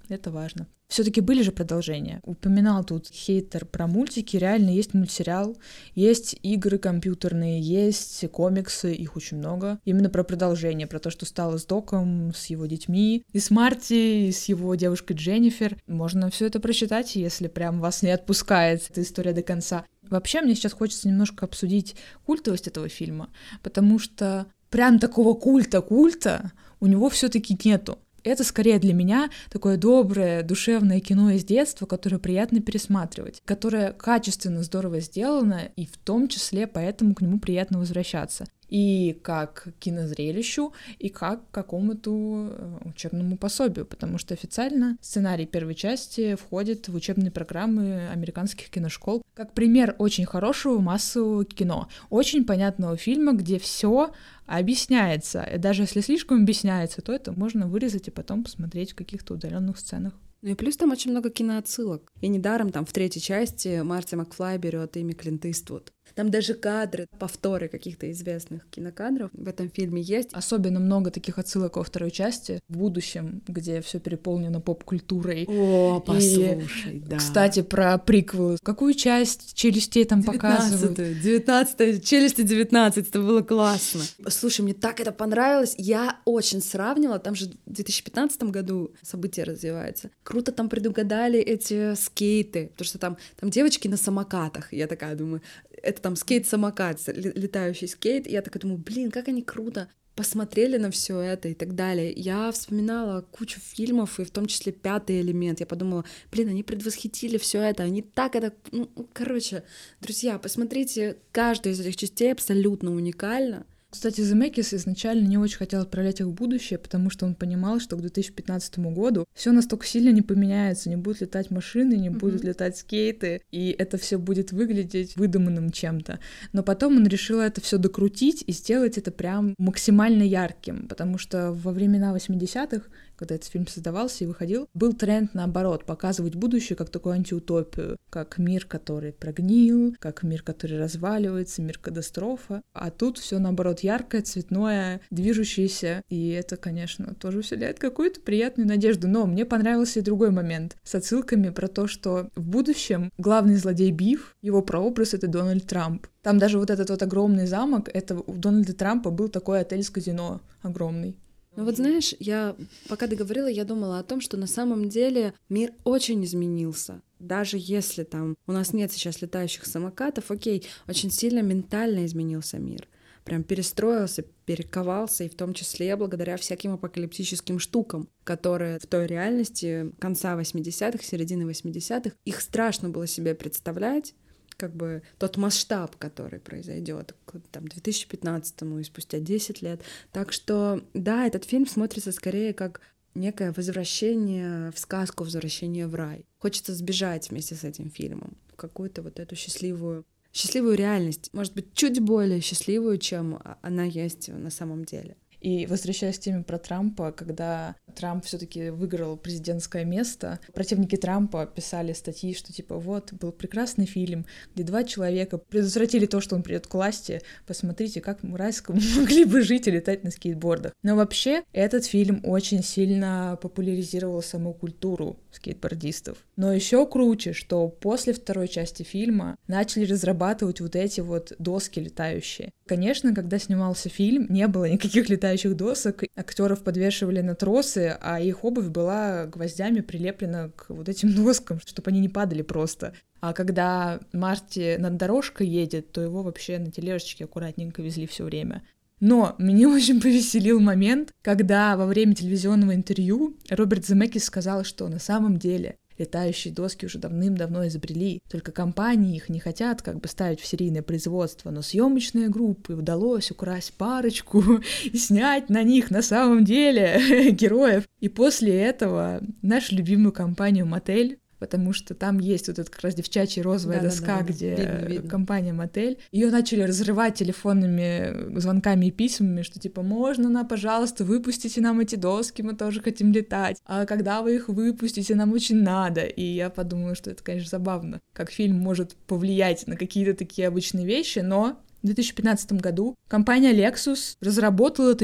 это важно. Все-таки были же продолжения. Упоминал тут хейтер про мультики. Реально есть мультсериал, есть игры компьютерные, есть комиксы, их очень много. Именно про продолжение, про то, что стало с Доком, с его детьми, и с Марти, и с его девушкой Дженнифер. Можно все это прочитать, если прям вас не отпускает эта история до конца. Вообще, мне сейчас хочется немножко обсудить культовость этого фильма, потому что прям такого культа-культа у него все-таки нету. Это скорее для меня такое доброе, душевное кино из детства, которое приятно пересматривать, которое качественно, здорово сделано, и в том числе поэтому к нему приятно возвращаться. И как к кинозрелищу, и как к какому-то учебному пособию, потому что официально сценарий первой части входит в учебные программы американских киношкол. Как пример очень хорошего массового кино, очень понятного фильма, где все объясняется. И даже если слишком объясняется, то это можно вырезать и потом посмотреть в каких-то удаленных сценах. Ну и плюс там очень много киноотсылок. И недаром там в третьей части Марти Макфлай берет имя Клинт Иствуд. Там даже кадры, повторы каких-то известных кинокадров в этом фильме есть. Особенно много таких отсылок во второй части в будущем, где все переполнено поп-культурой. О, послушай, и, да. Кстати, про приквелы. Какую часть «Челюстей» там показывают? девятнадцатая, «Челюсти девятнадцать», это было классно. Слушай, мне так это понравилось. Я очень сравнила, там же в две тысячи пятнадцатом году события развиваются. Круто там предугадали эти скейты, потому что там, там девочки на самокатах. Я такая думаю, это там скейт-самокат, летающий скейт. И я такая думаю, блин, как они круто посмотрели на все это и так далее. Я вспоминала кучу фильмов, и в том числе «Пятый элемент». Я подумала, блин, они предвосхитили все это, они так это... Ну, короче, друзья, посмотрите, каждая из этих частей абсолютно уникальна. Кстати, Земекис изначально не очень хотел отправлять их в будущее, потому что он понимал, что к две тысячи пятнадцатому году все настолько сильно не поменяется, не будут летать машины, не mm-hmm. будут летать скейты, и это все будет выглядеть выдуманным чем-то. Но потом он решил это все докрутить и сделать это прям максимально ярким, потому что во времена восьмидесятых, когда этот фильм создавался и выходил, был тренд, наоборот, показывать будущее как такую антиутопию, как мир, который прогнил, как мир, который разваливается, мир катастрофа. А тут все наоборот яркое, цветное, движущееся, и это, конечно, тоже вселяет какую-то приятную надежду. Но мне понравился и другой момент с отсылками про то, что в будущем главный злодей Биф, его прообраз — это Дональд Трамп. Там даже вот этот вот огромный замок, это у Дональда Трампа был такой отель с казино огромный. Ну вот знаешь, я пока ты говорила, я думала о том, что на самом деле мир очень изменился. Даже если там у нас нет сейчас летающих самокатов, окей, очень сильно ментально изменился мир. Прям перестроился, перековался, и в том числе благодаря всяким апокалиптическим штукам, которые в той реальности конца восьмидесятых, середины восьмидесятых, их страшно было себе представлять, как бы тот масштаб, который произойдет к там, две тысячи пятнадцатому и спустя десять лет. Так что, да, этот фильм смотрится скорее как некое возвращение в сказку, возвращение в рай. Хочется сбежать вместе с этим фильмом в какую-то вот эту счастливую, счастливую реальность, может быть, чуть более счастливую, чем она есть на самом деле. И возвращаясь к теме про Трампа, когда Трамп все-таки выиграл президентское место, противники Трампа писали статьи, что типа вот, был прекрасный фильм, где два человека предотвратили то, что он придет к власти, посмотрите, как мы райскому могли бы жить и летать на скейтбордах. Но вообще этот фильм очень сильно популяризировал саму культуру скейтбордистов. Но еще круче, что после второй части фильма начали разрабатывать вот эти вот доски летающие. Конечно, когда снимался фильм, не было никаких летающих досок, актеров подвешивали на тросы, а их обувь была гвоздями прилеплена к вот этим доскам, чтобы они не падали просто. А когда Марти над дорожкой едет, то его вообще на тележечке аккуратненько везли все время. Но меня очень повеселил момент, когда во время телевизионного интервью Роберт Земекис сказал, что на самом деле летающие доски уже давным-давно изобрели, только компании их не хотят как бы ставить в серийное производство, но съемочной группе удалось украсть парочку и снять на них на самом деле героев. И после этого нашу любимую компанию Mattel, потому что там есть вот эта как раз девчачья розовая да, доска, да, да, где видно, видно. Компания Mattel. Ее начали разрывать телефонными звонками и письмами, что типа можно, на, пожалуйста, выпустите нам эти доски, мы тоже хотим летать. А когда вы их выпустите, нам очень надо. И я подумала, что это, конечно, забавно, как фильм может повлиять на какие-то такие обычные вещи, но в две тысячи пятнадцатом году компания Lexus разработала такие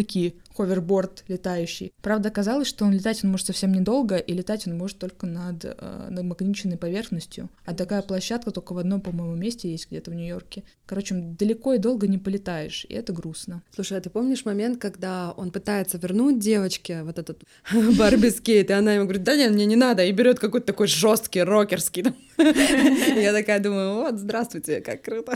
ховерборд летающий. Правда, оказалось, что он летать он может совсем недолго, и летать он может только над э, намагниченной поверхностью. А такая площадка только в одном, по-моему, месте есть где-то в Нью-Йорке. Короче, далеко и долго не полетаешь, и это грустно. Слушай, а ты помнишь момент, когда он пытается вернуть девочке вот этот Барби скейт, и она ему говорит: да нет, мне не надо, и берет какой-то такой жесткий рокерский. Я такая думаю: вот, здравствуйте, как круто.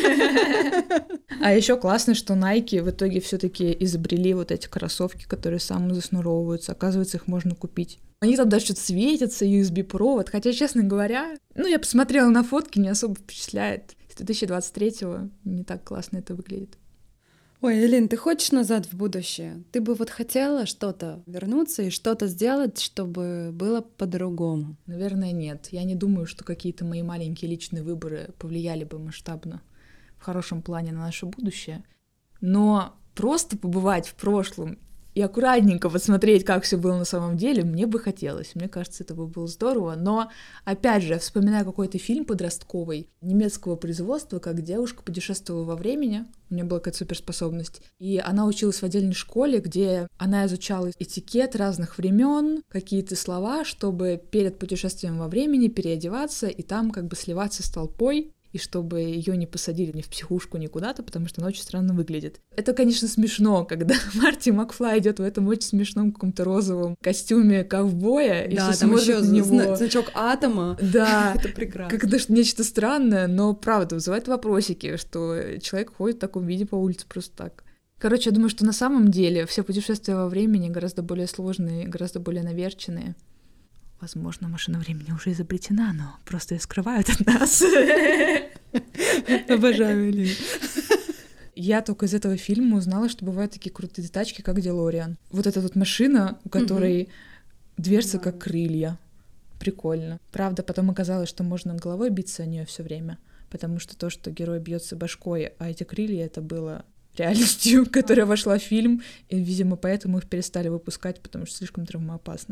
А еще классно, что Nike в итоге все-таки изобрели вот эти кроссовки, которые самозаснуровываются. Оказывается, их можно купить. Они там даже что-то светятся, ю эс би-провод. Хотя, честно говоря, ну, я посмотрела на фотки, не особо впечатляет. С две тысячи двадцать третьего не так классно это выглядит. Ой, Элин, ты хочешь назад в будущее? Ты бы вот хотела что-то вернуться и что-то сделать, чтобы было по-другому? Наверное, нет. Я не думаю, что какие-то мои маленькие личные выборы повлияли бы масштабно в хорошем плане на наше будущее. Но просто побывать в прошлом и аккуратненько посмотреть, как все было на самом деле, мне бы хотелось. Мне кажется, это бы было здорово. Но, опять же, вспоминая какой-то фильм подростковый немецкого производства, как девушка путешествовала во времени, у нее была какая-то суперспособность, и она училась в отдельной школе, где она изучала этикет разных времен, какие-то слова, чтобы перед путешествием во времени переодеваться и там как бы сливаться с толпой, и чтобы ее не посадили ни в психушку, ни куда-то, потому что она очень странно выглядит. Это, конечно, смешно, когда Марти Макфлай идет в этом очень смешном каком-то розовом костюме ковбоя, и да, все там смотрят еще на него. Значок атома. Да, это прекрасно. Как даже нечто странное, но правда вызывает вопросики, что человек ходит в таком виде по улице просто так. Короче, я думаю, что на самом деле все путешествия во времени гораздо более сложные, гораздо более наверченные. Возможно, машина времени уже изобретена, но просто ее скрывают от нас. Обожаю, Элин. Я только из этого фильма узнала, что бывают такие крутые тачки, как Делориан. Вот эта вот машина, у которой дверцы как крылья. Прикольно. Правда, потом оказалось, что можно головой биться о нее все время, потому что то, что герой бьется башкой, а эти крылья, это было реальностью, которая вошла в фильм, и, видимо, поэтому их перестали выпускать, потому что слишком травмоопасно.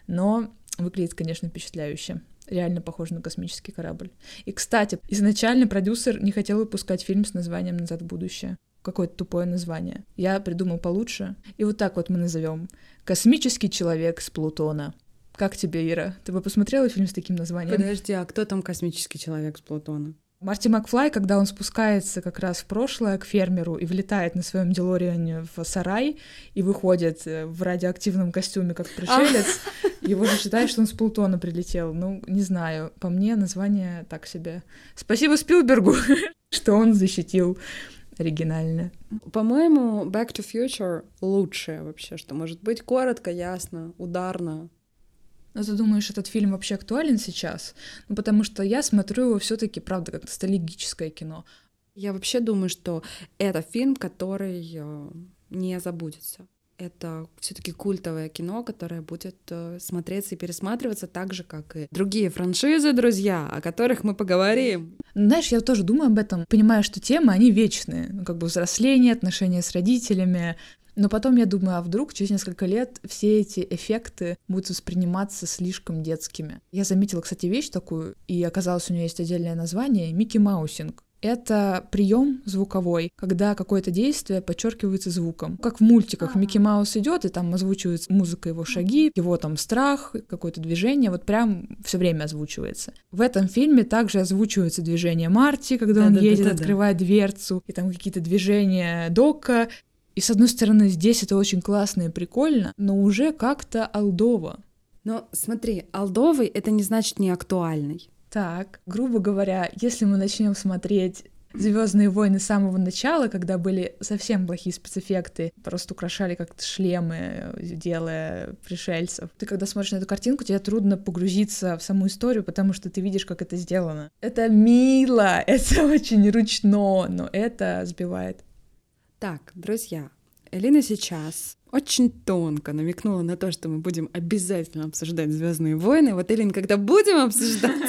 Но выглядит, конечно, впечатляюще. Реально похоже на космический корабль. И, кстати, изначально продюсер не хотел выпускать фильм с названием «Назад в будущее». Какое-то тупое название. Я придумал получше. И вот так вот мы назовем: «Космический человек с Плутона». Как тебе, Ира? Ты бы посмотрела фильм с таким названием? Подожди, а кто там космический человек с Плутона? Марти Макфлай, когда он спускается как раз в прошлое к фермеру и влетает на своем Делориане в сарай и выходит в радиоактивном костюме как пришелец, его же считают, что он с Плутона прилетел. Ну, не знаю, по мне название так себе. Спасибо Спилбергу, что он защитил оригинально. По-моему, Back to Future лучшее вообще, что может быть. Коротко, ясно, ударно. Но ты думаешь, этот фильм вообще актуален сейчас? Ну, потому что я смотрю его все-таки, правда, как ностальгическое кино. Я вообще думаю, что это фильм, который э, не забудется. Это все-таки культовое кино, которое будет э, смотреться и пересматриваться так же, как и другие франшизы, друзья, о которых мы поговорим. Знаешь, я тоже думаю об этом, понимаю, что темы, они вечные. Ну, как бы взросление, отношения с родителями. Но потом я думаю, а вдруг через несколько лет все эти эффекты будут восприниматься слишком детскими. Я заметила, кстати, вещь такую, и оказалось, у нее есть отдельное название — Микки Маусинг. Это прием звуковой, когда какое-то действие подчеркивается звуком. Как в мультиках Микки Маус идет, и там озвучивается музыка, его шаги, его там страх, какое-то движение, вот прям все время озвучивается. В этом фильме также озвучивается движение Марти, когда он едет, открывает дверцу, и там какие-то движения Дока. И, с одной стороны, здесь это очень классно и прикольно, но уже как-то олдово. Но смотри, олдовый — это не значит не актуальный. Так, грубо говоря, если мы начнем смотреть «Звездные войны» с самого начала, когда были совсем плохие спецэффекты, просто украшали как-то шлемы, делая пришельцев. Ты, когда смотришь на эту картинку, тебе трудно погрузиться в саму историю, потому что ты видишь, как это сделано. Это мило, это очень ручно, но это сбивает. Так, друзья, Элина сейчас очень тонко намекнула на то, что мы будем обязательно обсуждать «Звездные войны». Вот, Элин, когда будем обсуждать,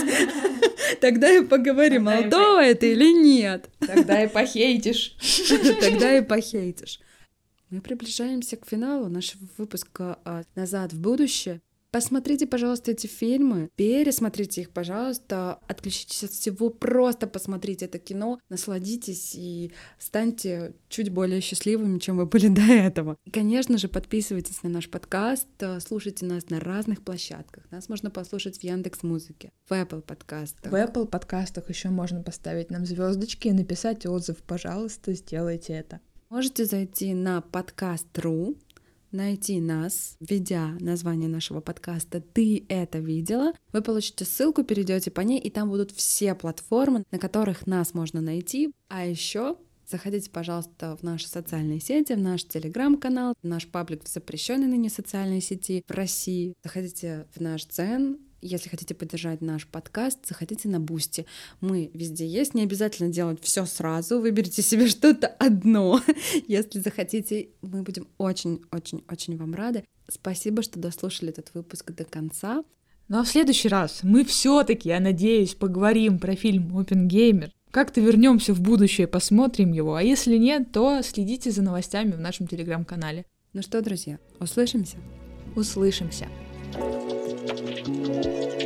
тогда и поговорим, олдово это или нет. Тогда и похейтишь. Тогда и похейтишь. Мы приближаемся к финалу нашего выпуска «Назад в будущее». Посмотрите, пожалуйста, эти фильмы, пересмотрите их, пожалуйста, отключитесь от всего, просто посмотрите это кино, насладитесь и станьте чуть более счастливыми, чем вы были до этого. И, конечно же, подписывайтесь на наш подкаст, слушайте нас на разных площадках. Нас можно послушать в Яндекс.Музыке, в Apple подкастах. В Apple подкастах еще можно поставить нам звездочки и написать отзыв. Пожалуйста, сделайте это. Можете зайти на подкаст точка ру, найти нас, введя название нашего подкаста «Ты это видела?». Вы получите ссылку, перейдете по ней, и там будут все платформы, на которых нас можно найти. А еще заходите, пожалуйста, в наши социальные сети, в наш телеграм-канал, в наш паблик в запрещенной ныне социальной сети в России. Заходите в наш дзен. Если хотите поддержать наш подкаст, заходите на Бусти. Мы везде есть, не обязательно делать все сразу. Выберите себе что-то одно. Если захотите, мы будем очень-очень-очень вам рады. Спасибо, что дослушали этот выпуск до конца. Ну а в следующий раз мы все-таки, я надеюсь, поговорим про фильм «Оппенгеймер». Как-то вернемся в будущее, посмотрим его. А если нет, то следите за новостями в нашем телеграм-канале. Ну что, друзья, услышимся? Услышимся. Thank you.